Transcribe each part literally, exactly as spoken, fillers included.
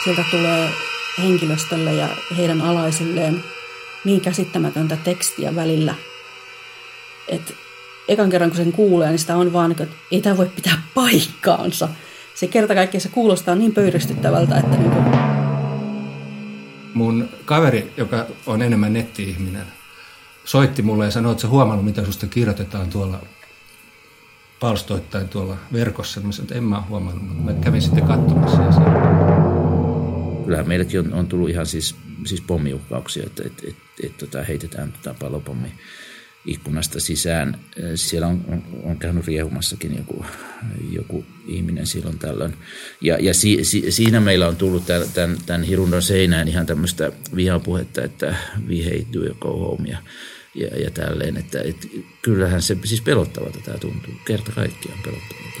sieltä tulee henkilöstölle ja heidän alaisilleen niin käsittämätöntä tekstiä välillä, että ekan kerran kun sen kuulee, niin sitä on vaan, että ei tämä voi pitää paikkaansa. Se kerta kaikkiaan se kuulostaa niin pöyristyttävältä, että niin kuin... Mun kaveri, joka on enemmän netti-ihminen, soitti mulle ja sanoi, että sä huomannut, mitä susta kirjoitetaan tuolla palstoittain tuolla verkossa. Mä sanoin, että en mä ole huomannut, mutta mä kävin sitten katsomassa. Ja kyllähän meilläkin on, on tullut ihan siis, siis pommiuhkauksia, että et, et, et, tota, heitetään tota palopommi ikkunasta sisään. Siellä on, on, on käynyt riehumassakin joku, joku ihminen silloin tällöin. Ja, ja si, si, siinä meillä on tullut tämän, tämän, tämän Hirundon seinään ihan tämmöistä vihapuhetta, että we hate do you go home ja, ja, ja tälleen. Että, et, kyllähän se siis pelottavalta tämä tuntuu. Kerta kaikkiaan pelottavalta.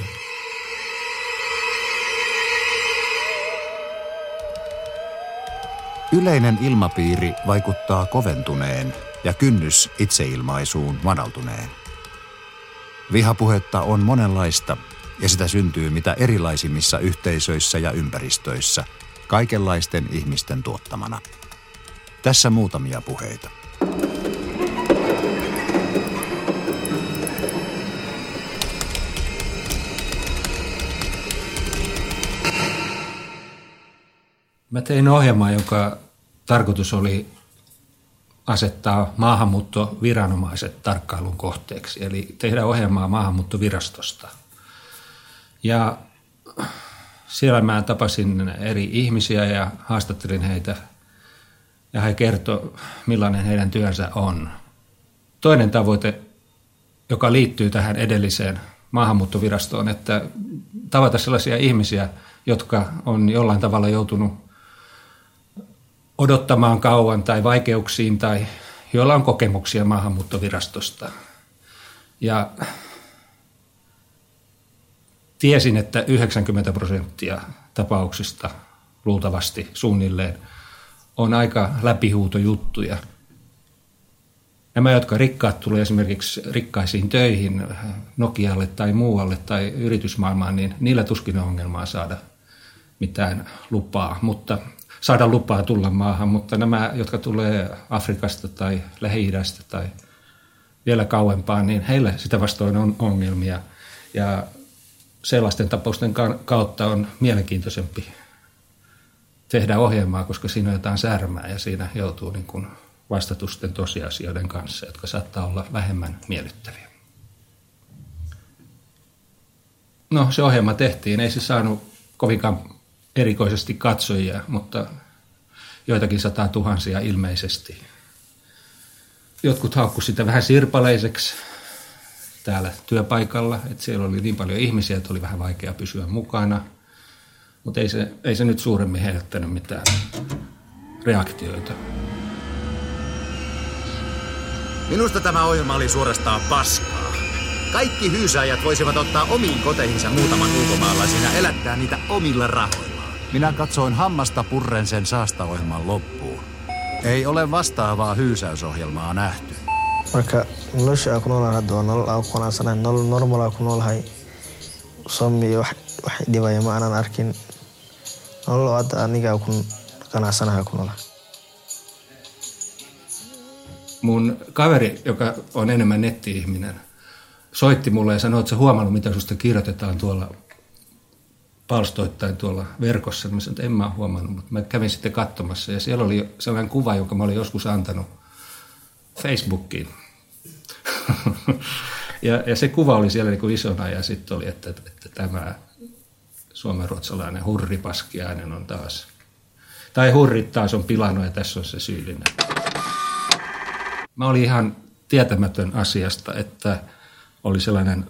Yleinen ilmapiiri vaikuttaa koventuneen ja kynnys itseilmaisuun madaltuneen. Vihapuhetta on monenlaista ja sitä syntyy mitä erilaisimmissa yhteisöissä ja ympäristöissä, kaikenlaisten ihmisten tuottamana. Tässä muutamia puheita. Mä tein ohjelmaa, jonka tarkoitus oli asettaa maahanmuuttoviranomaiset tarkkailun kohteeksi, eli tehdä ohjelmaa maahanmuuttovirastosta. Ja siellä mä tapasin eri ihmisiä ja haastattelin heitä, ja he kertoi, millainen heidän työnsä on. Toinen tavoite, joka liittyy tähän edelliseen maahanmuuttovirastoon, että tavata sellaisia ihmisiä, jotka on jollain tavalla joutunut odottamaan kauan tai vaikeuksiin tai joilla on kokemuksia maahanmuuttovirastosta. Ja tiesin, että yhdeksänkymmentä prosenttia tapauksista luultavasti suunnilleen on aika läpihuutojuttuja. Nämä, jotka rikkaat tulee esimerkiksi rikkaisiin töihin Nokialle tai muualle tai yritysmaailmaan, niin niillä tuskin on ongelmaa saada mitään lupaa, mutta saada lupaa tulla maahan, mutta nämä, jotka tulee Afrikasta tai Lähi-idästä tai vielä kauempaan, niin heillä sitä vastoin on ongelmia. Ja sellaisten tapausten kautta on mielenkiintoisempi tehdä ohjelmaa, koska siinä on jotain särmää ja siinä joutuu niin kuin vastatusten tosiasioiden kanssa, jotka saattaa olla vähemmän miellyttäviä. No, se ohjelma tehtiin. Ei se saanut kovinkaan erikoisesti katsojia, mutta joitakin sataa tuhansia ilmeisesti. Jotkut haukku sitä vähän sirpaleiseksi täällä työpaikalla, että siellä oli niin paljon ihmisiä, että oli vähän vaikea pysyä mukana. Mutta ei se, ei se nyt suuremmin herättänyt mitään reaktioita. Minusta tämä ohjelma oli suorastaan paskaa. Kaikki hyysäjät voisivat ottaa omiin koteihinsa muutaman ulkomaalaisen ja elättää niitä omilla rahoillaan. Minä katsoin hammasta purren sen saastaohjelman loppuun. Ei ole vastaavaa hyysäysohjelmaa nähty. Marka nolosha ku noolahay hadda waa nolol aan ku qanacsanahay, nolol normal ku noolahay. Sommi wax wax dhibaya ma aanan arkin. Nolol hadda aniga ku qanacsanahay ku noolahay. Mun kaveri, joka on enemmän netti-ihminen, soitti mulle ja sanoi, että sä huomannut, mitä susta kirjoitetaan tuolla palstoittain tuolla verkossa. Mä sanoin, että en mä ole huomannut, mutta mä kävin sitten katsomassa ja siellä oli sellainen kuva, jonka mä olin joskus antanut Facebookiin. ja, ja se kuva oli siellä niin kuin isona ja sitten oli, että, että, että tämä suomenruotsalainen hurripaskiainen on taas, tai hurrit taas on pilannut ja tässä on se syyllinen. Mä olin ihan tietämätön asiasta, että oli sellainen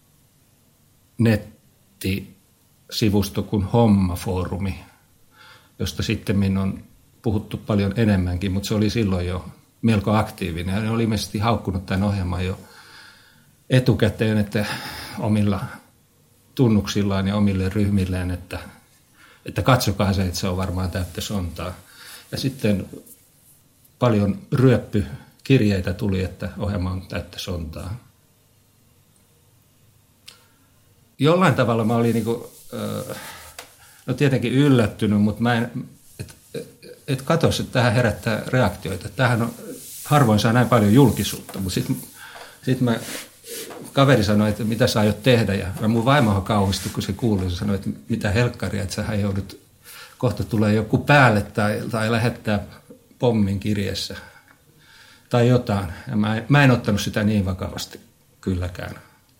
nettisivusto kuin Homma-foorumi, josta sitten on puhuttu paljon enemmänkin, mutta se oli silloin jo melko aktiivinen. Ja ne oli ilmeisesti haukkunut tämän ohjelman jo etukäteen, että omilla tunnuksillaan ja omille ryhmilleen, että, että katsokaa se, että se on varmaan täyttä sontaa. Ja sitten paljon ryöppykirjeitä tuli, että ohjelma on täyttä sontaa. Jollain tavalla mä olin niin kuin, äh, No tietenkin yllättynyt, mutta mä en, et, et katsoisi, että tähän herättää reaktioita. Tämähän on, harvoin saa näin paljon julkisuutta, mutta sitten sit mä, kaveri sanoi, että mitä sä aiot tehdä, ja mun vaimohan kauhistui, kun se kuuli, se sanoi, että mitä helkkaria, että sähän joudut, kohta tulee joku päälle tai, tai lähettää pommin kirjeessä tai jotain. Ja mä, mä en ottanut sitä niin vakavasti kylläkään.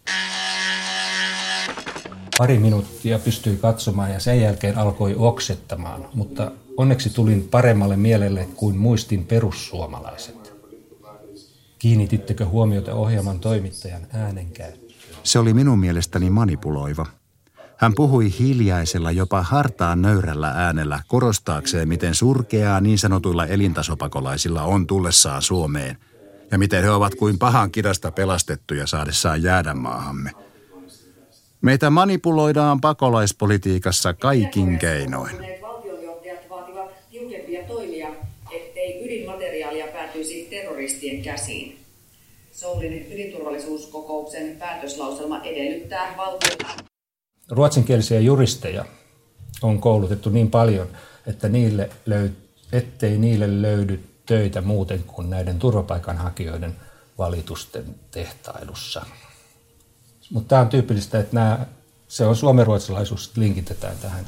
Pari minuuttia pystyi katsomaan ja sen jälkeen alkoi oksettamaan, mutta onneksi tulin paremmalle mielelle kuin muistin perussuomalaiset. Kiinnitittekö huomiota ohjelman toimittajan äänenkäyttöön? Se oli minun mielestäni manipuloiva. Hän puhui hiljaisella, jopa hartaan nöyrällä äänellä korostaakseen, miten surkeaa niin sanotuilla elintasopakolaisilla on tullessaan Suomeen ja miten he ovat kuin pahan kidasta pelastettuja saadessaan jäädä maahamme. Meitä manipuloidaan pakolaispolitiikassa kaikin keinoin. Valtionjohtajat vaativat tiukempia toimia, ettei ydinmateriaalia päätyisi terroristien käsiin. Soulin ydinturvallisuuskokouksen päätöslauselma edellyttää valtion... Ruotsinkielisiä juristeja on koulutettu niin paljon, että niille löy- ettei niille löydy töitä muuten kuin näiden turvapaikanhakijoiden valitusten tehtailussa. Mutta tämä on tyypillistä, että nämä, se on suomenruotsalaisuus, linkitetään tähän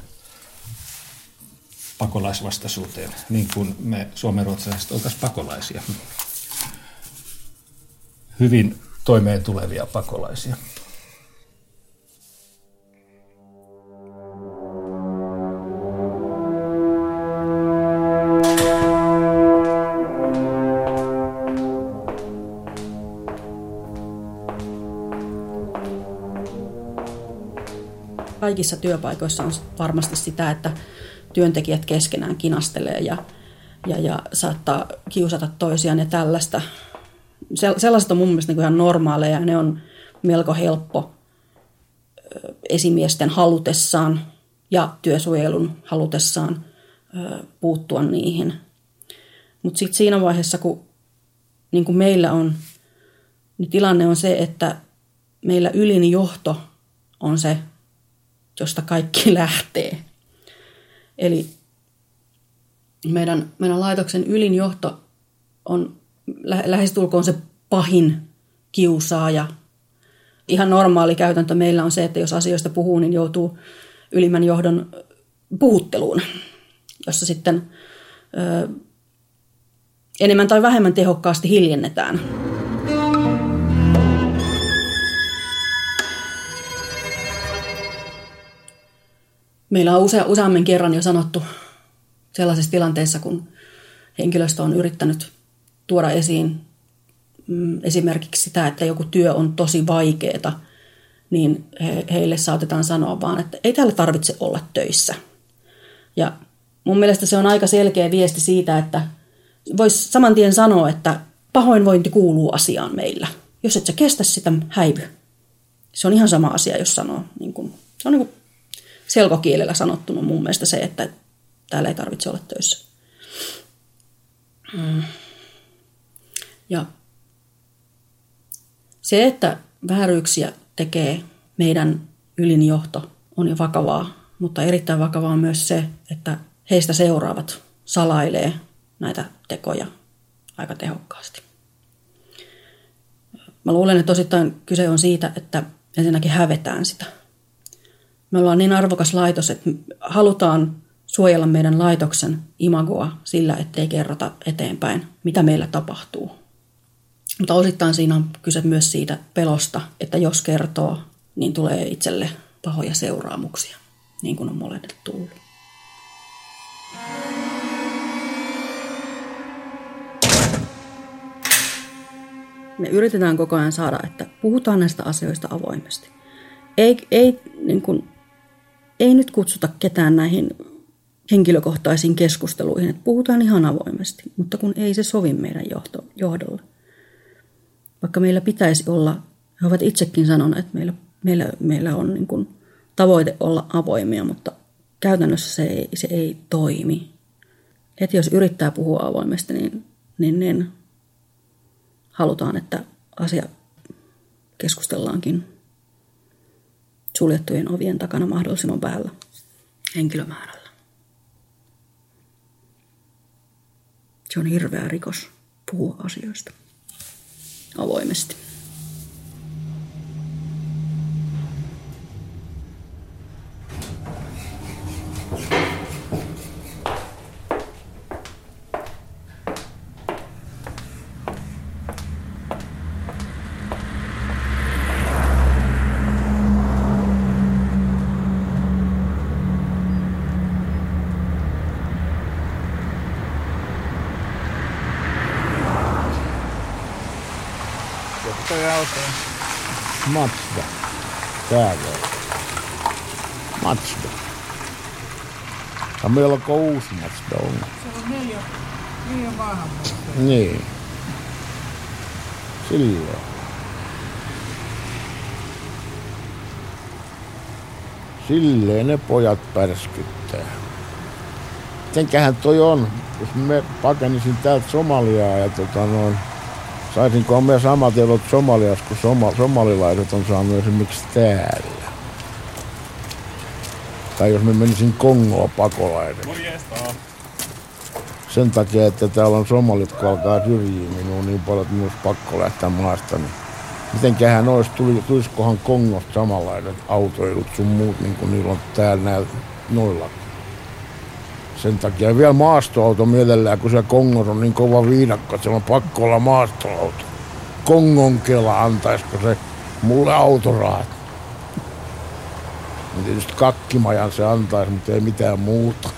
pakolaisvastaisuuteen, niin kuin me suomenruotsalaiset oltaisiin pakolaisia. Hyvin toimeen tulevia pakolaisia. Kaikissa työpaikoissa on varmasti sitä, että työntekijät keskenään kinastelee ja, ja, ja saattaa kiusata toisiaan ja tällaista. Sellaiset on mun mielestä niin ihan normaaleja ja ne on melko helppo esimiesten halutessaan ja työsuojelun halutessaan puuttua niihin. Mutta sitten siinä vaiheessa, kun niin kuin meillä on, niin tilanne on se, että meillä ylin johto on se, josta kaikki lähtee. Eli meidän, meidän laitoksen ylin johto on lä- lähestulkoon se pahin kiusaaja. Ihan normaali käytäntö meillä on se, että jos asioista puhuu, niin joutuu ylimmän johdon puhutteluun, jossa sitten ö, enemmän tai vähemmän tehokkaasti hiljennetään. Meillä on usea, useammin kerran jo sanottu sellaisessa tilanteessa, kun henkilöstö on yrittänyt tuoda esiin mm, esimerkiksi sitä, että joku työ on tosi vaikeaa, niin he, heille saatetaan sanoa vaan, että ei täällä tarvitse olla töissä. Ja mun mielestä se on aika selkeä viesti siitä, että voisi saman tien sanoa, että pahoinvointi kuuluu asiaan meillä. Jos et sä kestä sitä, häivy. Se on ihan sama asia, jos sanoo. Niin kun, se on niin kuin selkokielellä sanottuna mun mielestä se, että täällä ei tarvitse olla töissä. Ja se, että vääryyksiä tekee meidän ylin johto, on jo vakavaa, mutta erittäin vakavaa on myös se, että heistä seuraavat salailee näitä tekoja aika tehokkaasti. Mä luulen, että osittain kyse on siitä, että ensinnäkin hävetään sitä. Me ollaan niin arvokas laitos, että halutaan suojella meidän laitoksen imagoa sillä, ettei kerrota eteenpäin, mitä meillä tapahtuu. Mutta osittain siinä on kyse myös siitä pelosta, että jos kertoo, niin tulee itselle pahoja seuraamuksia, niin kuin on molemmille tullut. Me yritetään koko ajan saada, että puhutaan näistä asioista avoimesti. Ei, ei, niin kuin, ei nyt kutsuta ketään näihin henkilökohtaisiin keskusteluihin, että puhutaan ihan avoimesti, mutta kun ei se sovi meidän johto, johdolle. Vaikka meillä pitäisi olla, he ovat itsekin sanoneet, että meillä, meillä, meillä on niin kuin tavoite olla avoimia, mutta käytännössä se ei, se ei toimi. Että jos yrittää puhua avoimesti, niin, niin, niin halutaan, että asia keskustellaankin suljettujen ovien takana mahdollisimman vähällä henkilömäärällä. Se on hirveä rikos puhua asioista avoimesti. Mazda. Täällä on. Mazda. Ja melko uusi Mazda on. Se on neljä, neljä maahanmuuttajia. Niin. Silloin. Silleen ne pojat pärskyttää. Mitenkähän toi on, jos me pakenisin täältä Somaliaa ja tota noin, saisinko me samat elot Somaliassa, kun soma, somalilaiset on saanut esimerkiksi täällä. Tai jos me menisin Kongoa pakolaiseksi. Sen takia, että täällä on somalit, kun alkaa syrjiä minua niin paljon, että minun olisi pakko lähteä maasta. Niin mitenkähän olisi, tulisikohan Kongosta samanlaiset autoilut sun muut, niin kuin niillä on täällä näillä noilla. Sen takia vielä maastoauto mielellään, kun se Kongossa on niin kova viidakko, että se on pakko olla maastoauto. Kongon Kela antaisiko se mulle autorahat. Tietysti kakkimajan se antaisi, mutta ei mitään muuta.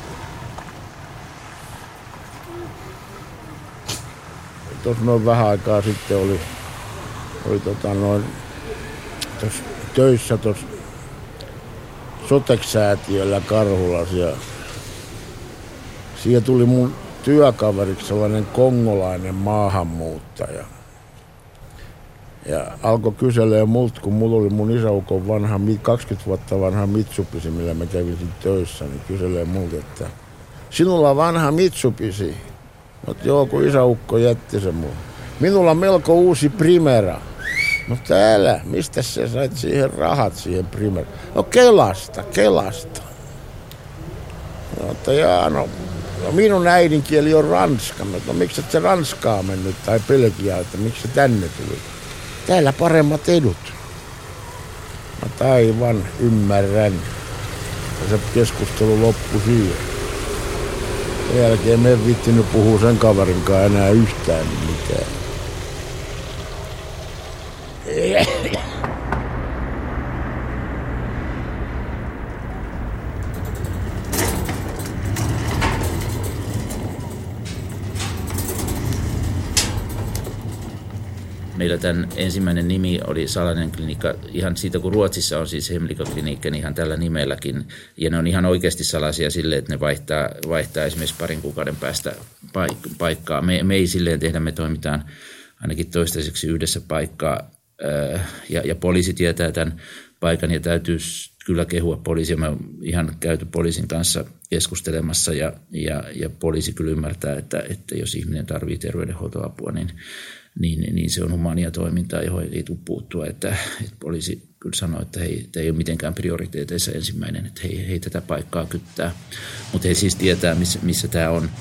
Tuossa noin vähän aikaa sitten oli, oli tota noin, töissä tuossa Sotex-säätiöllä Karhulassa ja siihen tuli mun työkaveriksi sellainen kongolainen maahanmuuttaja. Ja alkoi kyselee multa, kun mulla oli mun isäukon vanha, kaksikymmentä vuotta vanha Mitsubishi, millä mä kävin töissä, niin kyselee multa, että sinulla on vanha Mitsubishi. Mutta joo, kun isäukko jätti sen mulle. Minulla on melko uusi Primera. No täällä, mistä sä sait siihen rahat siihen Primera? No Kelasta, Kelasta. No, että jaa, no, no minun äidinkieli on ranska. No miksi et sä Ranskaa mennyt tai Belgiaa, että miksi sä tänne tuli? Täällä paremmat edut. No aivan, ymmärrän. Ja se keskustelu loppui siihen. Sen jälkeen me en viittinyt puhua sen kaverinkaan enää yhtään mitään. Meillä tämän ensimmäinen nimi oli Salainen klinikka. Ihan siitä, kun Ruotsissa on siis Hemlika klinikka, niin ihan tällä nimelläkin. Ja ne on ihan oikeasti salaisia silleen, että ne vaihtaa, vaihtaa esimerkiksi parin kuukauden päästä paik- paikkaa. Me, me ei silleen tehdä, me toimitaan ainakin toistaiseksi yhdessä paikkaa. Ja, ja poliisi tietää tämän paikan ja täytyy kyllä kehua poliisia. Mä oon ihan käyty poliisin kanssa keskustelemassa ja, ja, ja poliisi kyllä ymmärtää, että, että jos ihminen tarvitsee terveydenhuoltoapua, niin Niin, niin se on humaania toimintaa, johon ei tule puuttua. Että, että poliisi kyllä sanoo, että hei, tämä ei ole mitenkään prioriteeteissa ensimmäinen, että hei, hei tätä paikkaa kyttää. Mutta he siis tietää, missä, missä tämä on.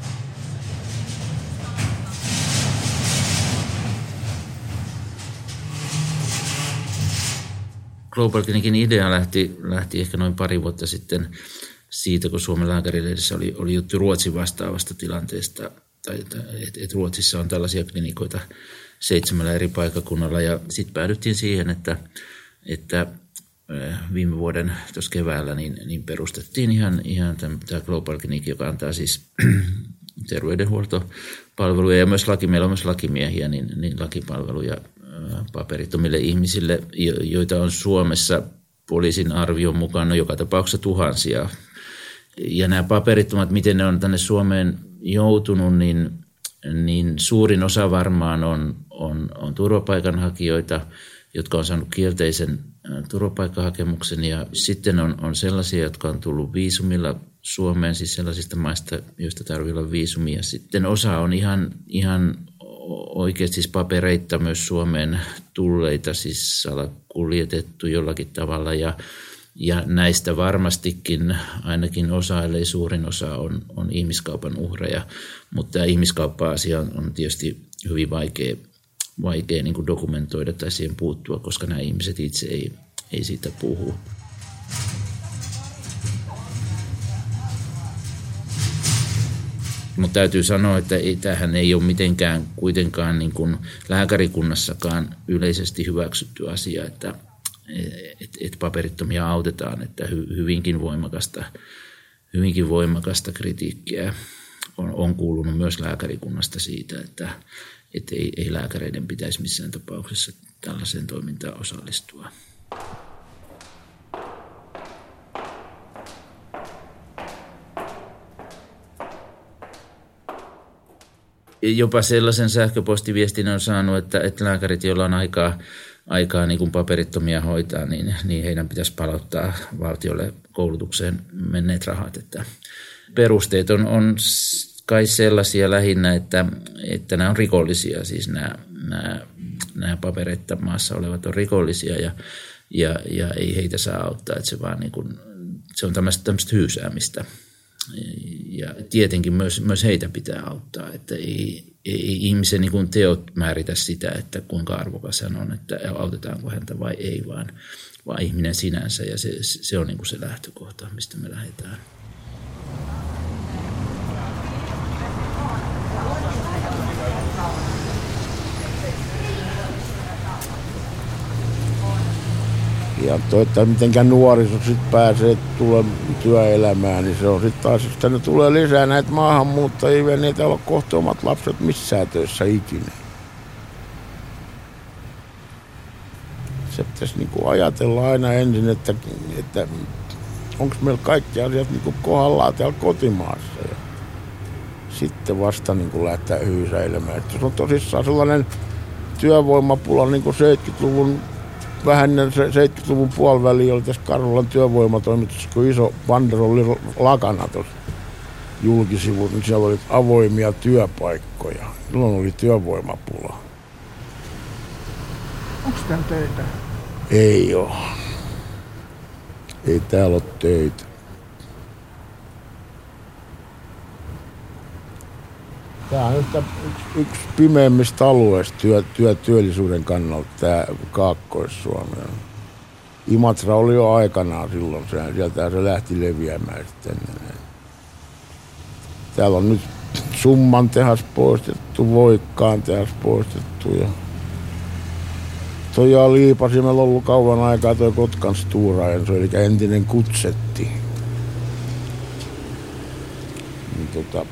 Global Clinicin idea lähti, lähti ehkä noin pari vuotta sitten siitä, kun Suomen Lääkärilehdessä oli, oli juttu Ruotsin vastaavasta tilanteesta. Että et Ruotsissa on tällaisia klinikoita seitsemällä eri paikkakunnalla ja sitten päädyttiin siihen, että, että viime vuoden tuossa keväällä niin, niin perustettiin ihan, ihan tämä Global Clinic, joka antaa siis terveydenhuoltopalveluja ja myös laki, meillä on myös lakimiehiä, niin, niin lakipalveluja paperittomille ihmisille, joita on Suomessa poliisin arvion mukaan no joka tapauksessa tuhansia. Ja nämä paperittomat, miten ne on tänne Suomeen joutunut, niin, niin suurin osa varmaan on, on, on turvapaikanhakijoita, jotka on saanut kielteisen turvapaikkahakemuksen. Ja sitten on, on sellaisia, jotka on tullut viisumilla Suomeen, siis sellaisista maista, joista tarvitsee olla viisumia. Sitten osa on ihan, ihan oikeasti siis papereita myös Suomeen tulleita, siis salakuljetettu jollakin tavalla. Ja Ja näistä varmastikin ainakin osa, ellei suurin osa on, on ihmiskaupan uhreja, mutta tämä ihmiskauppa-asia on, on tietysti hyvin vaikea, vaikea niin kuin dokumentoida tai siihen puuttua, koska nämä ihmiset itse ei, ei siitä puhu. Mutta täytyy sanoa, että tämähän ei ole mitenkään kuitenkaan niin kuin lääkärikunnassakaan yleisesti hyväksytty asia, että et, et paperittomia autetaan, että hy, hyvinkin voimakasta, hyvinkin voimakasta kritiikkiä on, on kuulunut myös lääkärikunnasta siitä, että et ei, ei lääkäreiden pitäisi missään tapauksessa tällaiseen toimintaan osallistua. Jopa sellaisen sähköpostiviestin on saanut, että, että lääkärit, joilla on aikaa, aikaa niin kuin paperittomia hoitaa, niin, niin heidän pitäisi palauttaa valtiolle koulutukseen menneet rahat. Että perusteet on, on kai sellaisia lähinnä, että, että nämä on rikollisia, siis nämä, nämä, nämä papereita maassa olevat on rikollisia ja, ja, ja ei heitä saa auttaa, että se, vaan niin kuin, se on tämmöistä, tämmöistä hyysäämistä. Ja tietenkin myös, myös heitä pitää auttaa, että ei, ei ihmisen niin kuin teot määritä sitä, että kuinka arvokas hän on, että autetaanko häntä vai ei, vaan, vaan ihminen sinänsä ja se, se on niin kuin se lähtökohta, mistä me lähdetään. Ja toi, että mitenkään nuoriso sitten pääsee tulla työelämään, niin se on sitten taas, jos tänne tulee lisää näitä maahanmuuttajia, ja niitä ei ole kohta omat lapset missään töissä ikinä. Se pitäisi niinku ajatella aina ensin, että, että onko meillä kaikki asiat niinku kohdallaan täällä kotimaassa. Ja sitten vasta niinku lähtee hyysäilemään. Että se on tosissaan sellainen työvoimapula niin kuin seitsemänkymmentäluvun vähän seitsemänkymmentäluvun puoliväliin oli tässä Karhulan työvoimatoimituksessa, kun iso banderolli lakana tuossa julkisivut, niin siellä oli avoimia työpaikkoja. Silloin oli työvoimapula. Onko täällä töitä? Ei ole. Ei täällä ole töitä. Tämä on yhtä, yksi, yksi pimeimmistä alueista työ, työ, työllisyyden kannalta, tämä Kaakkois-Suomi. Imatra oli jo aikanaan silloin, sieltä se lähti leviämään sitten. Täällä on nyt Summan tehas poistettu, Voikkaan tehas poistettu. Ja toi Liipasimella on ollut kauan aikaa toi Kotkan Stora Enso, eli entinen Kutsetti. Niin tota,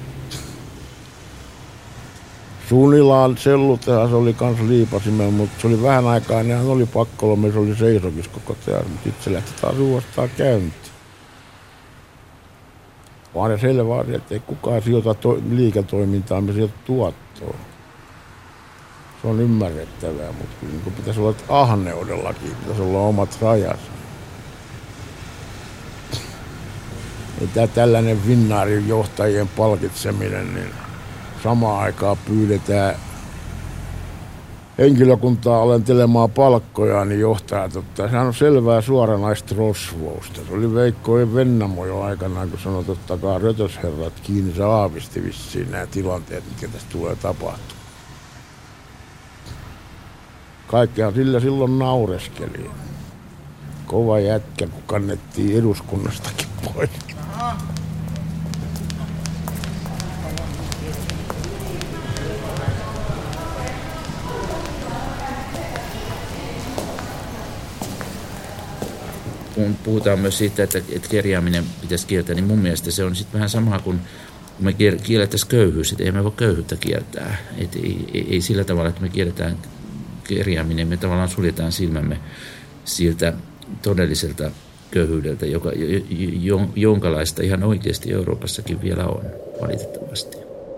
Sunilaan sellutehas oli kans Liipasimella, mutta se oli vähän aikaa, nehän oli pakkolomissa, se oli seisokis koko tehas, mutta sitten se lähti taas uudestaan käyntiin. Vaan ja selvä asia, että ei kukaan sijoita to- liiketoimintaa, me sijoita tuottoa. Se on ymmärrettävää, mutta kyllä niin pitäisi olla ahneudellakin, pitäisi olla omat rajansa. Ei tämä tällainen Finnairin johtajien palkitseminen, niin samaan aikaan pyydetään henkilökuntaa alentelemaan palkkoja, niin johtajat ottaa. Sehän on selvää suoranaista rosvousta. Se oli Veikko ja Vennamo jo aikanaan, kun sanoi, että ottakaa rötösherrat kiinni, se aavisti vissiin nämä tilanteet, mitkä tästä tulee tapahtua. Kaikkihan sillä silloin naureskeli. Kova jätkä, kun kannettiin eduskunnastakin pois. Kun puhutaan myös siitä, että, että kerjääminen pitäisi kieltää, niin mun mielestä se on sitten vähän samaa kuin kun me kiellettäisiin köyhyys, että ei me voi köyhyyttä kieltää. Et ei, ei, ei sillä tavalla, että me kielletään kerjääminen, me tavallaan suljetaan silmämme siltä todelliselta köyhyydeltä, joka, jonkalaista ihan oikeasti Euroopassakin vielä on, valitettavasti.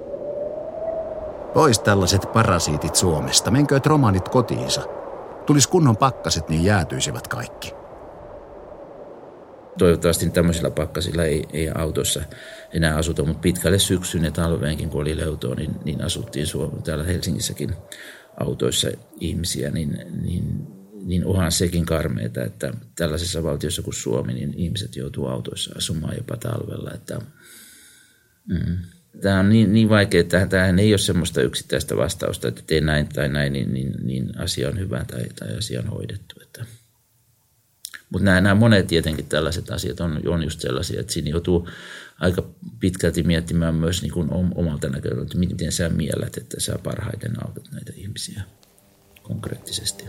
Pois tällaiset parasiitit Suomesta, menkööt romanit kotiinsa. Tulis kunnon pakkaset, niin jäätyisivät kaikki. Toivottavasti tämmöisillä pakkasilla ei, ei autossa enää asuta, mutta pitkälle syksyn ja talveenkin, kun oli leutoa, niin, niin asuttiin Suomessa, täällä Helsingissäkin autoissa ihmisiä, niin, niin niin onhan sekin karmeita, että tällaisessa valtiossa kuin Suomi, niin ihmiset joutuu autoissa asumaan jopa talvella. Että, mm. Tämä on niin, niin vaikea, että tämähän ei ole semmoista yksittäistä vastausta, että tee näin tai näin, niin, niin, niin asia on hyvä tai, tai asia on hoidettu. Että. Mutta nämä, nämä monet tietenkin tällaiset asiat on, on just sellaisia, että siinä joutuu aika pitkälti miettimään myös niin kuin omalta näkökulmalta, että miten sä miellät, että sä parhaiten autat näitä ihmisiä konkreettisesti.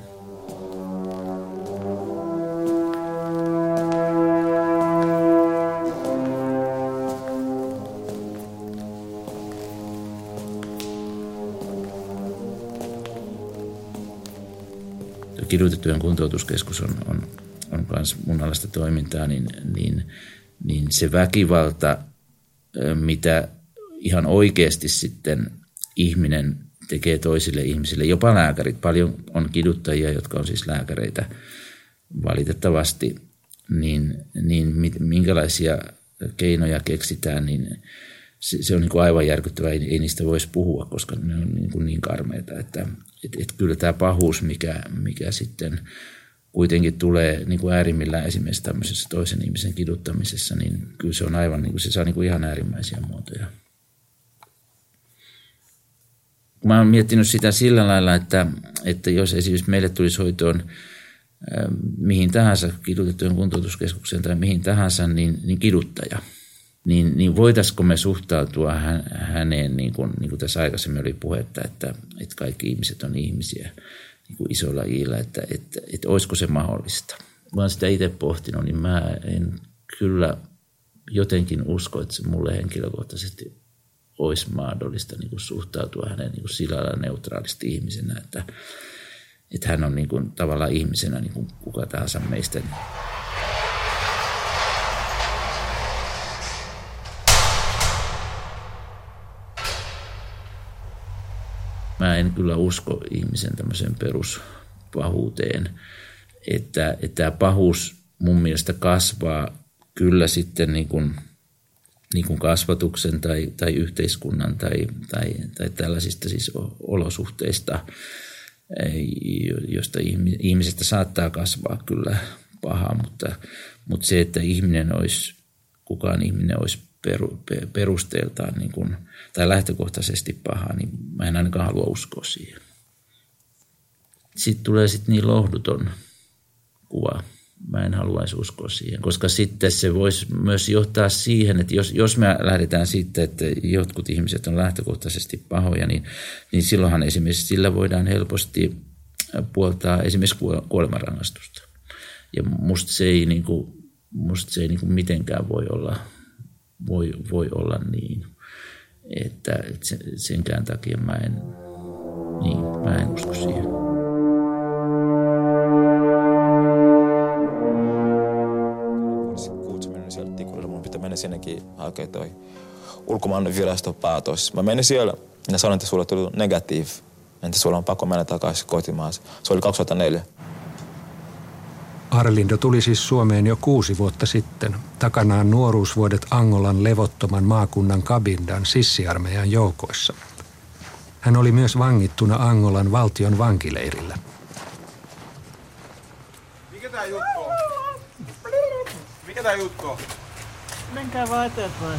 Kidutettujen kuntoutuskeskus on, on, on myös mun alaista toimintaa, niin, niin, niin se väkivalta, mitä ihan oikeasti sitten ihminen tekee toisille ihmisille, jopa lääkärit, paljon on kiduttajia, jotka on siis lääkäreitä valitettavasti, niin, niin minkälaisia keinoja keksitään, niin se, se on niin kuin aivan järkyttävää, ei, ei niistä voisi puhua, koska ne on niin, kuin niin karmeita, että et, et kyllä tämä pahuus, mikä, mikä sitten kuitenkin tulee niin kuin äärimmillään esimerkiksi tämmöisessä toisen ihmisen kiduttamisessa, niin kyllä se on aivan, niin kuin, se saa niin kuin ihan äärimmäisiä muotoja. Mä oon miettinyt sitä sillä lailla, että, että jos esimerkiksi meille tulisi hoitoon äh, mihin tahansa kidutettujen kuntoutuskeskukseen tai mihin tahansa, niin, niin kiduttaja. Niin, niin voitaisiko me suhtautua hän, häneen, niin kuin, niin kuin tässä aikaisemmin oli puhetta, että, että kaikki ihmiset on ihmisiä niin kuin isolla iillä, että, että, että olisiko se mahdollista. Mä oon sitä itse pohtinut, niin mä en kyllä jotenkin usko, että se mulle henkilökohtaisesti olisi mahdollista niin kuin suhtautua häneen niin kuin sillä lailla neutraalisti ihmisenä, että, että hän on niin kuin, tavallaan ihmisenä niin kuin kuka tahansa meistä. Mä en kyllä usko ihmisen tämmöiseen peruspahuuteen, että, että tämä pahuus mun mielestä kasvaa kyllä sitten niin kuin, niin kuin kasvatuksen tai, tai yhteiskunnan tai, tai, tai tällaisista siis olosuhteista, josta ihmisestä saattaa kasvaa kyllä paha, mutta, mutta se, että ihminen olisi, kukaan ihminen olisi peru, perusteeltaan niin kuin, tai lähtökohtaisesti paha, niin mä en ainakaan halua uskoa siihen. Sitten tulee sitten niin lohduton kuva. Mä en haluaisi uskoa siihen, koska sitten se voisi myös johtaa siihen, että jos, jos me lähdetään siitä, että jotkut ihmiset on lähtökohtaisesti pahoja, niin, niin silloinhan esimerkiksi sillä voidaan helposti puoltaa esimerkiksi kuolemanrangaistusta. Ja musta se ei, niin kuin, musta se ei niin kuin mitenkään voi olla, voi, voi olla niin, että, että senkään takia mä en, niin, mä en usko siihen. Sinnekin hakee toi ulkomaan viraston päätös. Mä menin siellä ja sanoin, että sulle tuli negatiiv. Entä sulla on pakko mennä takaisin kotimaassa. Se oli kaksituhattaneljä. Arlindo tuli siis Suomeen jo kuusi vuotta sitten. Takanaan nuoruusvuodet Angolan levottoman maakunnan Cabindan sissiarmeijan joukoissa. Hän oli myös vangittuna Angolan valtion vankileirillä. Mikä tää juttu on? Mikä tää juttu on? Menkää vaan eteenpäin.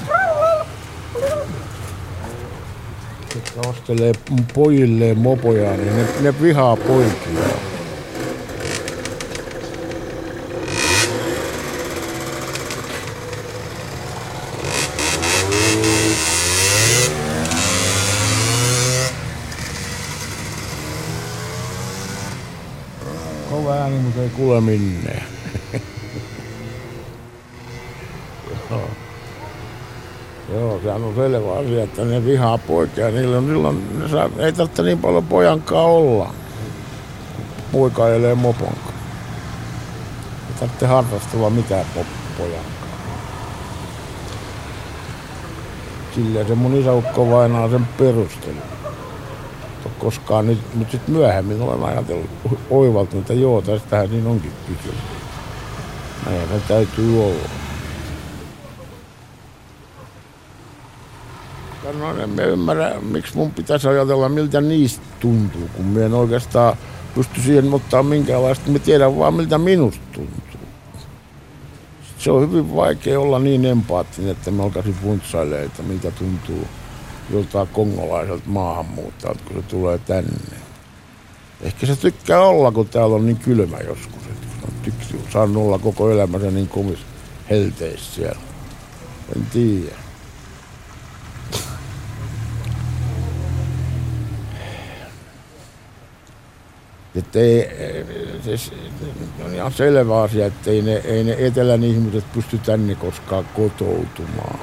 Jotka ostelee pojilleen mopoja, niin ne, ne vihaa poikia. Kova ääni, mutta ei kuule minne. Joo, sehän on selvä asia, että ne vihaa poikia. Niillä on, niillä on, ne saa, ei tarvitse niin paljon pojankaan olla. Poika ajelee moponkaan. Ei tarvitse harrastella mitään pojankaan. Silleen se mun isäukko vainaa sen perusteli. Koskaan nyt, nyt sit myöhemmin olen ajatellut oivaltunut, että joo, tästähän niin onkin kysymys. Näin se täytyy olla. No en mä ymmärrä, miksi mun pitäisi ajatella, miltä niistä tuntuu, kun mä en oikeastaan pysty siihen ottaa minkäänlaista. Mä tiedän vaan, miltä minusta tuntuu. Se on hyvin vaikea olla niin empaattinen, että mä alkaisin funtsailemaan, että miltä tuntuu joltain kongolaiselta maahanmuuttajalta, kun se tulee tänne. Ehkä se tykkää olla, kun täällä on niin kylmä joskus. Että saanut olla koko elämänsä niin kovissa helteissä siellä. En tiedä. Että ei, siis, on ihan selvä asia, että ei ne, ei ne etelän ihmiset pysty tänne koskaan kotoutumaan.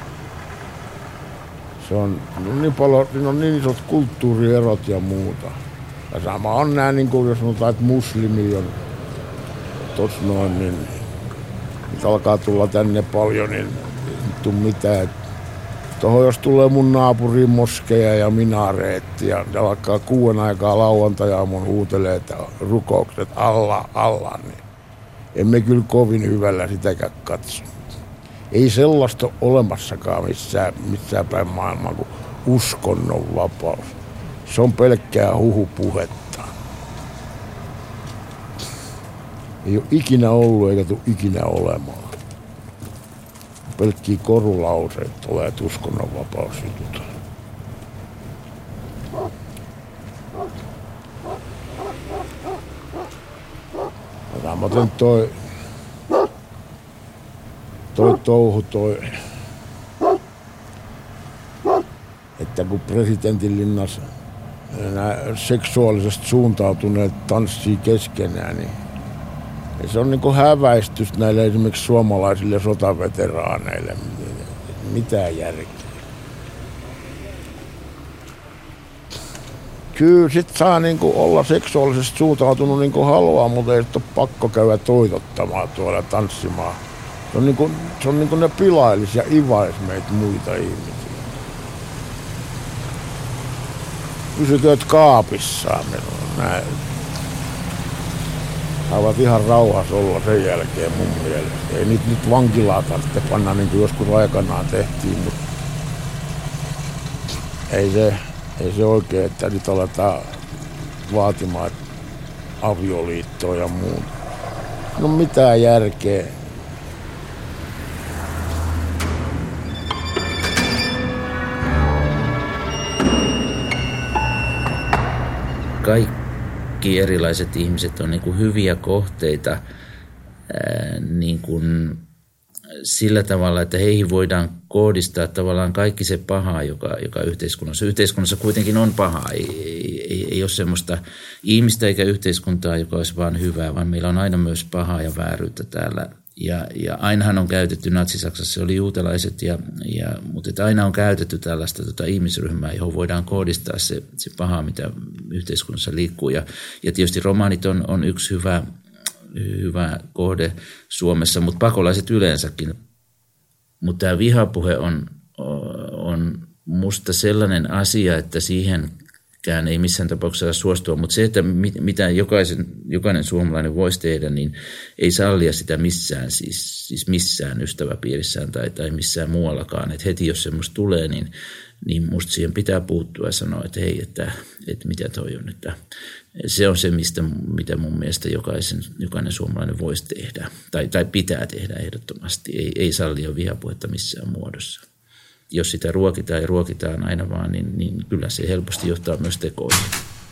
Se on niin paljon, siinä on niin isot kulttuurierot ja muuta. Ja sama on nää, niin kuin jos sanotaan, että muslimi on tossa noin, niin nyt alkaa tulla tänne paljon, niin ei tule mitään. Tuohon jos tulee mun naapuriin moskeja ja minareetti ja ne alkaa kuuden aikaa lauantajaamun huutelee, että rukoukset alla, alla, niin emme kyllä kovin hyvällä sitäkään katso. Ei sellaista ole olemassakaan missään, missään päin maailmaa kuin uskonnonvapaus. Se on pelkkää huhupuhetta. Ei ole ikinä ollut eikä tule ikinä olemaan. Pelkkiä korulauseet tulee, että uskonnonvapausjutut. Samaten toi, toi touhu toi, että kun presidentin linnassa nämä seksuaalisesti suuntautuneet tanssii keskenään, niin se on niin kuin häväistys näille esimerkiksi suomalaisille sotaveteraaneille. Mitään järkeä. Kyllä sit saa niin kuin olla seksuaalisesti suuntautunut niin kuin haluaa, mutta ei sit ole pakko käydä toitottamaan tuolla tanssimaan. Se on niin kuin, se on niin kuin ne pilailis ja ivais meitä muita ihmisiä. Pysykööt kaapissaan minua näin. He ovat ihan rauhassa olla sen jälkeen mun mielestä. Ei nyt, nyt vankilaa tarvitse panna niin kuin joskus aikanaan tehtiin, mutta ei se, ei se oikein, että nyt aletaan vaatimaan avioliittoa ja muuta. No mitään järkeä. Kaikki erilaiset ihmiset on niin kuin hyviä kohteita ää, niin kuin sillä tavalla, että heihin voidaan kohdistaa tavallaan kaikki se paha, joka, joka yhteiskunnassa. Yhteiskunnassa kuitenkin on pahaa. Ei, ei, ei ole semmoista ihmistä eikä yhteiskuntaa, joka olisi vaan hyvää, vaan meillä on aina myös pahaa ja vääryyttä täällä. Ja, ja ainahan on käytetty, Natsi-Saksassa se oli juutalaiset, ja, ja, mutta aina on käytetty tällaista tota, ihmisryhmää, johon voidaan kohdistaa se, se paha, mitä yhteiskunnassa liikkuu. Ja, ja tietysti romaanit on, on yksi hyvä, hyvä kohde Suomessa, mutta pakolaiset yleensäkin. Mutta tämä vihapuhe on, on musta sellainen asia, että siihen ei missään tapauksessa suostua, mutta se, että mitä jokaisen, jokainen suomalainen voisi tehdä, niin ei sallia sitä missään, siis, siis missään ystäväpiirissään tai, tai missään muuallakaan. Että heti jos semmoista tulee, niin, niin musta siihen pitää puuttua ja sanoa, että hei, että, että mitä toi on. Että se on se, mistä, mitä mun mielestä jokaisen, jokainen suomalainen voisi tehdä tai, tai pitää tehdä ehdottomasti. Ei, ei sallia vihapuhetta missään muodossa. Jos sitä ruokitaan ja ruokitaan aina vaan, niin, niin kyllä se helposti johtaa myös tekoihin.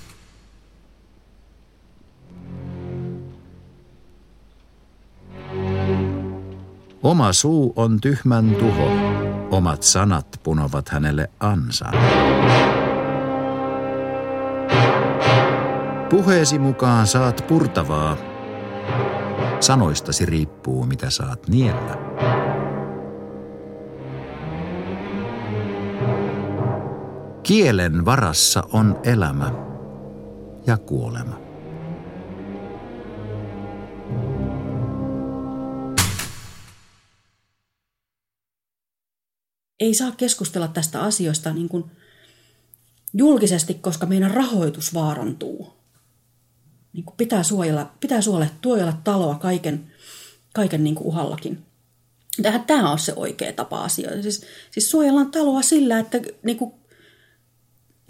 Oma suu on tyhmän tuho, omat sanat punovat hänelle ansan. Puheesi mukaan saat purtavaa, sanoistasi riippuu mitä saat niellä. Kielen varassa on elämä ja kuolema. Ei saa keskustella tästä asioista niin kuin julkisesti, koska meidän rahoitus vaarantuu. Niin kuin pitää suojella, pitää suojella, suojella taloa kaiken, kaiken niin kuin uhallakin. Tämä on se oikea tapa asioita. Siis, siis suojellaan taloa sillä, että niin kuin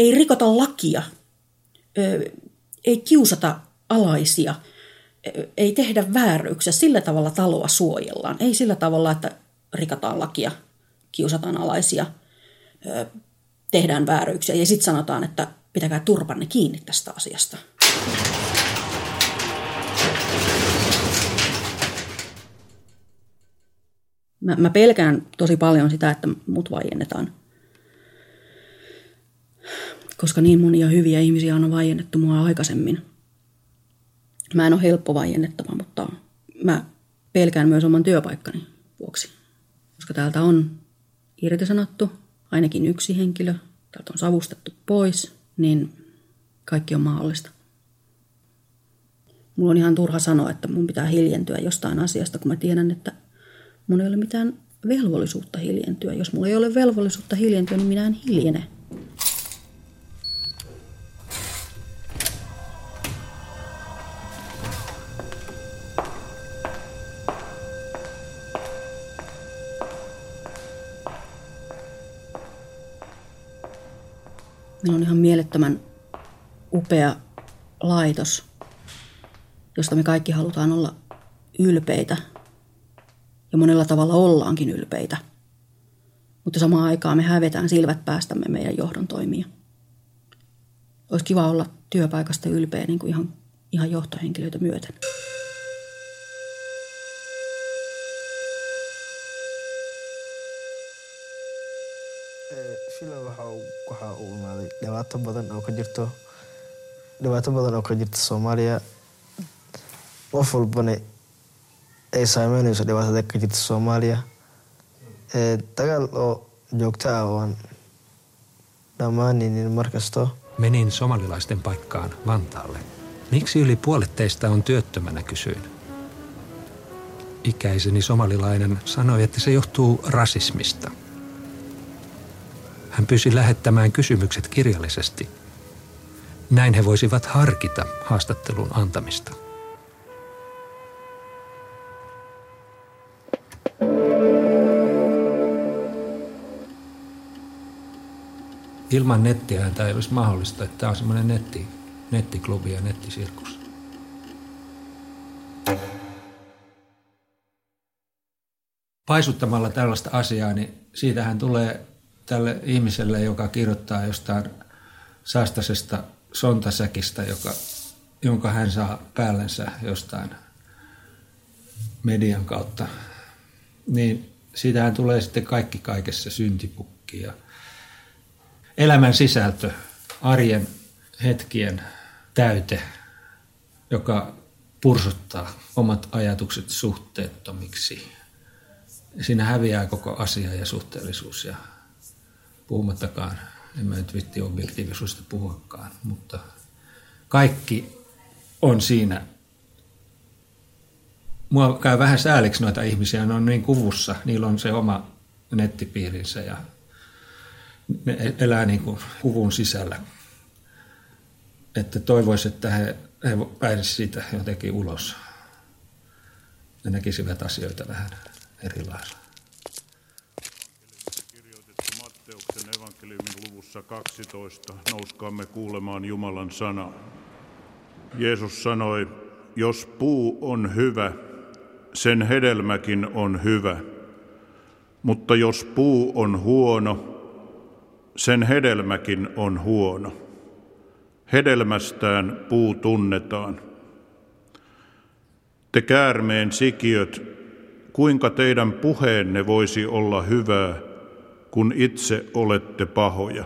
ei rikota lakia, ei kiusata alaisia, ei tehdä vääryyksiä. Sillä tavalla taloa suojellaan. Ei sillä tavalla, että rikotaan lakia, kiusataan alaisia, tehdään vääryyksiä ja sitten sanotaan, että pitäkää turpanne kiinni tästä asiasta. Mä, mä pelkään tosi paljon sitä, että mut vaiennetaan. Koska niin monia hyviä ihmisiä on vaiennettu mua aikaisemmin. Mä en ole helppo vaiennettava, mutta mä pelkään myös oman työpaikkani vuoksi. Koska täältä on irtisanottu ainakin yksi henkilö, täältä on savustettu pois, niin kaikki on mahdollista. Mulla on ihan turha sanoa, että mun pitää hiljentyä jostain asiasta, kun mä tiedän, että mun ei ole mitään velvollisuutta hiljentyä. Jos mulla ei ole velvollisuutta hiljentyä, niin minä en hiljene. Meillä on ihan mielettömän upea laitos, josta me kaikki halutaan olla ylpeitä. Ja monella tavalla ollaankin ylpeitä. Mutta samaan aikaan me hävetään silmät päästämme meidän johdon toimia. Olisi kiva olla työpaikasta ylpeä niin kuin ihan, ihan johtohenkilöitä myöten. Silloin waxaa uu imaaday dhibaato badan oo ka jirto dhibaato badan oo ka jirta Soomaaliya. Qof walbana ay saameynayso dhibaatada ka jirta Soomaaliya. Ee dagaal oo joogto ah oo aan dhammaaninin mar kasto. Menin somalilaisten paikkaan Vantaalle. Miksi yli puolet teistä on työttömänä, kysyin. Ikäiseni somalilainen sanoi, että se johtuu rasismista. Hän pyysi lähettämään kysymykset kirjallisesti. Näin he voisivat harkita haastattelun antamista. Ilman nettiä tämä ei olisi mahdollista, että tämä on semmoinen netti, nettiklubi ja nettisirkus. Paisuttamalla tällaista asiaa, niin siitähän tulee tälle ihmiselle, joka kirjoittaa jostain saastasesta sontasäkistä, joka, jonka hän saa päällensä jostain median kautta, niin siitähän tulee sitten kaikki kaikessa syntipukki ja elämän sisältö, arjen hetkien täyte, joka pursuttaa omat ajatukset suhteettomiksi. Siinä häviää koko asia ja suhteellisuus ja puhumattakaan, en mä nyt vitti objektiivisuudesta puhuakaan, mutta kaikki on siinä. Mua käy vähän sääliksi noita ihmisiä, ne on niin kuvussa, niillä on se oma nettipiirinsä ja ne elää niin kuin kuvun sisällä. Että toivoisi, että he, he pääsisivät siitä jotenkin ulos ja näkisivät asioita vähän erilaisilla. Matteuksen evankeliumin luvussa kaksitoista. Nouskaamme kuulemaan Jumalan sanaa. Jeesus sanoi, jos puu on hyvä, sen hedelmäkin on hyvä. Mutta jos puu on huono, sen hedelmäkin on huono. Hedelmästään puu tunnetaan. Te käärmeen sikiöt, kuinka teidän puheenne voisi olla hyvää, kun itse olette pahoja?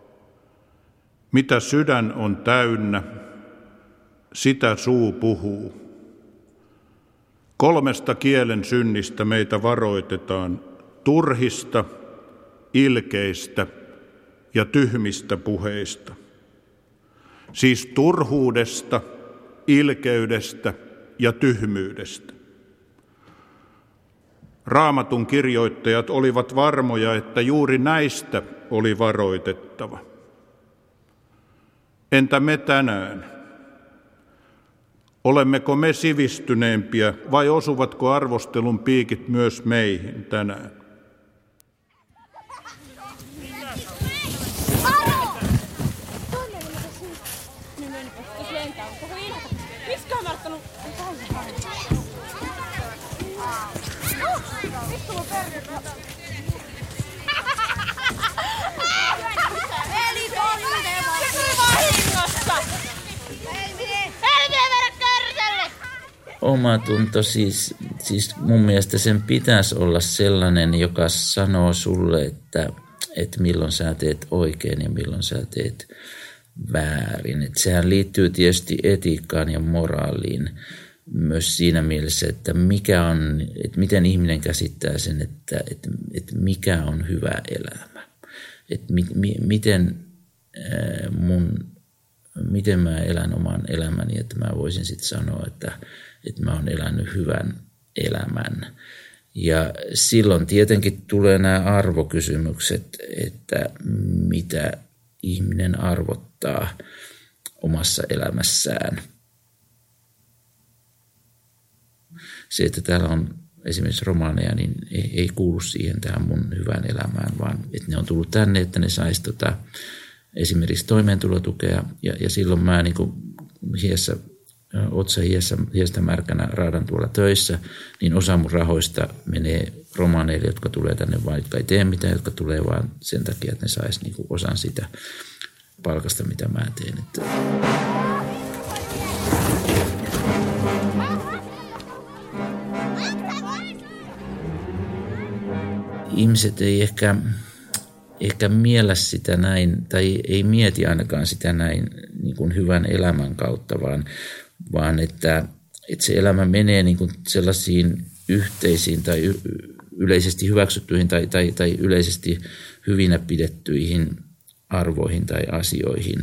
Mitä sydän on täynnä, sitä suu puhuu. Kolmesta kielen synnistä meitä varoitetaan: turhista, ilkeistä ja tyhmistä puheista. Siis turhuudesta, ilkeydestä ja tyhmyydestä. Raamatun kirjoittajat olivat varmoja, että juuri näistä oli varoitettava. Entä me tänään? Olemmeko me sivistyneempiä vai osuvatko arvostelun piikit myös meihin tänään? Miskähän mä ottanut? Mistä mun perhe? Eli vahingossa! Ei mene mennä körselle! Omatunto siis, siis mun mielestä sen pitäisi olla sellainen, joka sanoo sulle, että, että milloin sä teet oikein ja milloin sä teet väärin. Että sehän liittyy tietysti etiikkaan ja moraaliin myös siinä mielessä, että, mikä on, että miten ihminen käsittää sen, että, että, että mikä on hyvä elämä. Että mi, mi, miten, mun, miten mä elän oman elämäni, että mä voisin sitten sanoa, että, että mä oon elänyt hyvän elämän. Ja silloin tietenkin tulee nämä arvokysymykset, että mitä ihminen arvottaa omassa elämässään. Se, että täällä on esimerkiksi romaaneja, niin ei, ei kuulu siihen tähän mun hyvään elämään, vaan että ne on tullut tänne, että ne saisi tota, esimerkiksi toimeentulotukea. Ja, ja silloin mä niin kuin hiessä, otsa hiessä, hiestä märkänä raadan tuolla töissä, niin osa mun rahoista menee romaaneille, jotka tulee tänne vaikka ei tee mitään, jotka tulee vaan sen takia, että ne saisi niin kuin osan sitä palkasta, mitä mä teen. Että ihmiset ei ehkä, ehkä miellä sitä näin, tai ei mieti ainakaan sitä näin niin kuin hyvän elämän kautta, vaan, vaan että, että se elämä menee niin kuin sellaisiin yhteisiin tai y- yleisesti hyväksyttyihin tai, tai, tai yleisesti hyvinä pidettyihin arvoihin tai asioihin.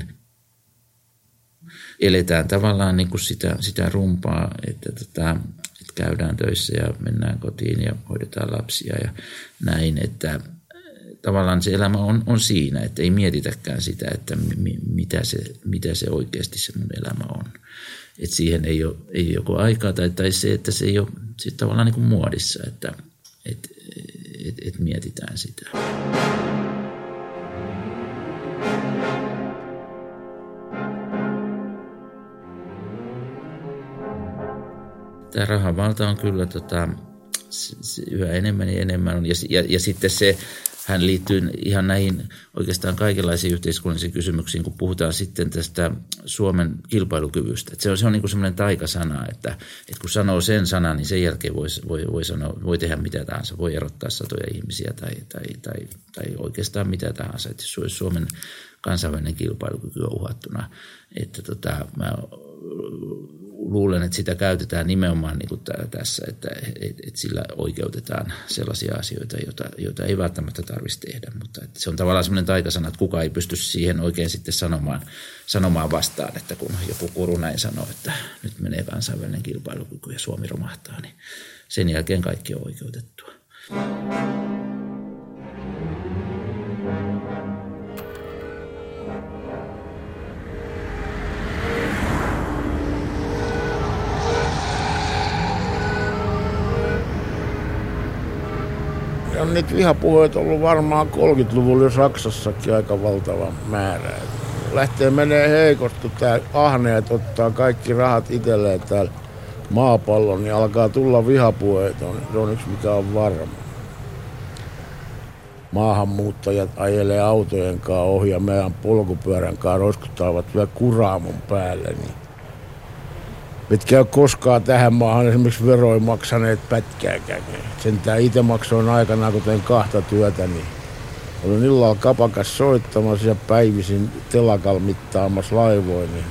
Eletään tavallaan niin kuin sitä, sitä rumpaa, että, tota, että käydään töissä ja mennään kotiin ja hoidetaan lapsia ja näin, että tavallaan se elämä on, on siinä, että ei mietitäkään sitä, että mi, mitä, se, mitä se oikeasti se mun elämä on. Että siihen ei ole, ei ole joko aikaa tai, tai se, että se ei ole sit tavallaan niin kuin muodissa, että et, et, et mietitään sitä. Tämä rahavalta on kyllä tota, se, se yhä enemmän ja enemmän on. Ja, ja, ja sitten se, hän liittyy ihan näihin oikeastaan kaikenlaisiin yhteiskunnallisiin kysymyksiin, kun puhutaan sitten tästä Suomen kilpailukyvystä. Että se on, se on niin kuin semmoinen taikasana, että, että kun sanoo sen sanan, niin sen jälkeen voi, voi, voi, sanoa, voi tehdä mitä tahansa. Voi erottaa satoja ihmisiä tai, tai, tai, tai oikeastaan mitä tahansa. Että Suomen kansainvälinen kilpailukyky on uhattuna. Että tota, mä luulen, että sitä käytetään nimenomaan niin kuin tässä, että, että, että sillä oikeutetaan sellaisia asioita, joita, joita ei välttämättä tarvitsisi tehdä. Mutta että se on tavallaan sellainen taikasana, että kukaan ei pysty siihen oikein sitten sanomaan, sanomaan vastaan, että kun joku kuru näin sanoo, että nyt menee kansainvälinen kilpailukyky ja Suomi romahtaa, niin sen jälkeen kaikki on oikeutettua. On niitä vihapuheita ollut varmaan kolmekymmentäluvulla Saksassakin aika valtava määrä. Lähtee menee heikosti, kun tää ahneet ottaa kaikki rahat itselleen täällä maapallon, niin alkaa tulla vihapuheita. Se on yksi mikä on varma. Maahanmuuttajat ajelee autojen kanssa ohi ja meidän polkupyörän kanssa roiskuttavat vielä kuraa mun päälle. Niin mitkä ole koskaan tähän maahan esimerkiksi veroja maksaneet pätkääkään. Sentään itse maksoin aikanaan, kun tein kahta työtä, niin olin illalla kapakas soittamassa ja päivisin telakalla mittaamassa laivoja. Niin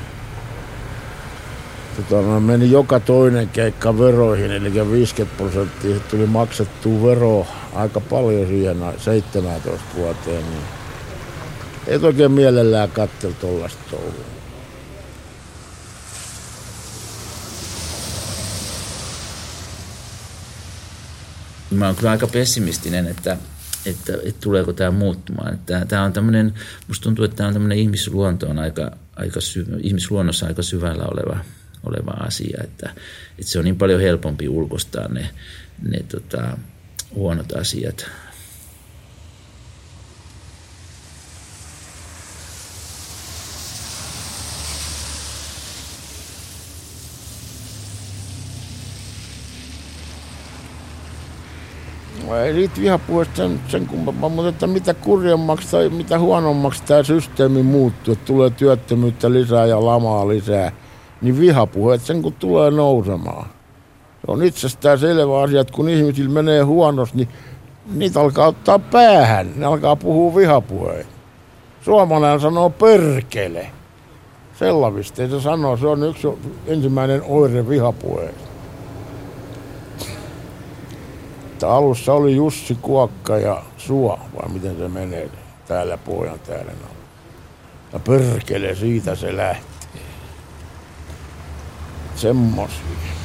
tota, meni joka toinen keikka veroihin, eli viisikymmentä prosenttia. Tuli maksettua veroa aika paljon siihen seitsemäntoista vuoteen. Niin et oikein mielellään katsella tuollaista touhua. Mä oon kyllä aika pessimistinen, että, että, että tuleeko tämä muuttumaan. Että tämä on tämmöinen, musta tuntuu, että tämä on tämmöinen ihmisluonto on aika, aika syvä, ihmisluonnossa aika syvällä oleva, oleva asia, että, että se on niin paljon helpompi ulkoistaa ne, ne tota, huonot asiat. ei riitä vihapuheesta sen, sen kumpaa, mutta että mitä kurjemmaksi tai mitä huonommaksi tämä systeemi muuttuu, että tulee työttömyyttä lisää ja lamaa lisää, niin vihapuheet sen kun tulee nousemaan. Se on itsestään selvä asia, että kun ihmisillä menee huonosti, niin niitä alkaa ottaa päähän. Ne alkaa puhua vihapuheita. Suomalainen sanoo perkele. Sellavista ei se sanoo. Se on yksi ensimmäinen oire vihapuheesta. Alussa oli Jussi Kuokka ja Suo, vai miten se menee täällä pohjan täällä. Ja perkele, siitä se lähtee. Semmosia.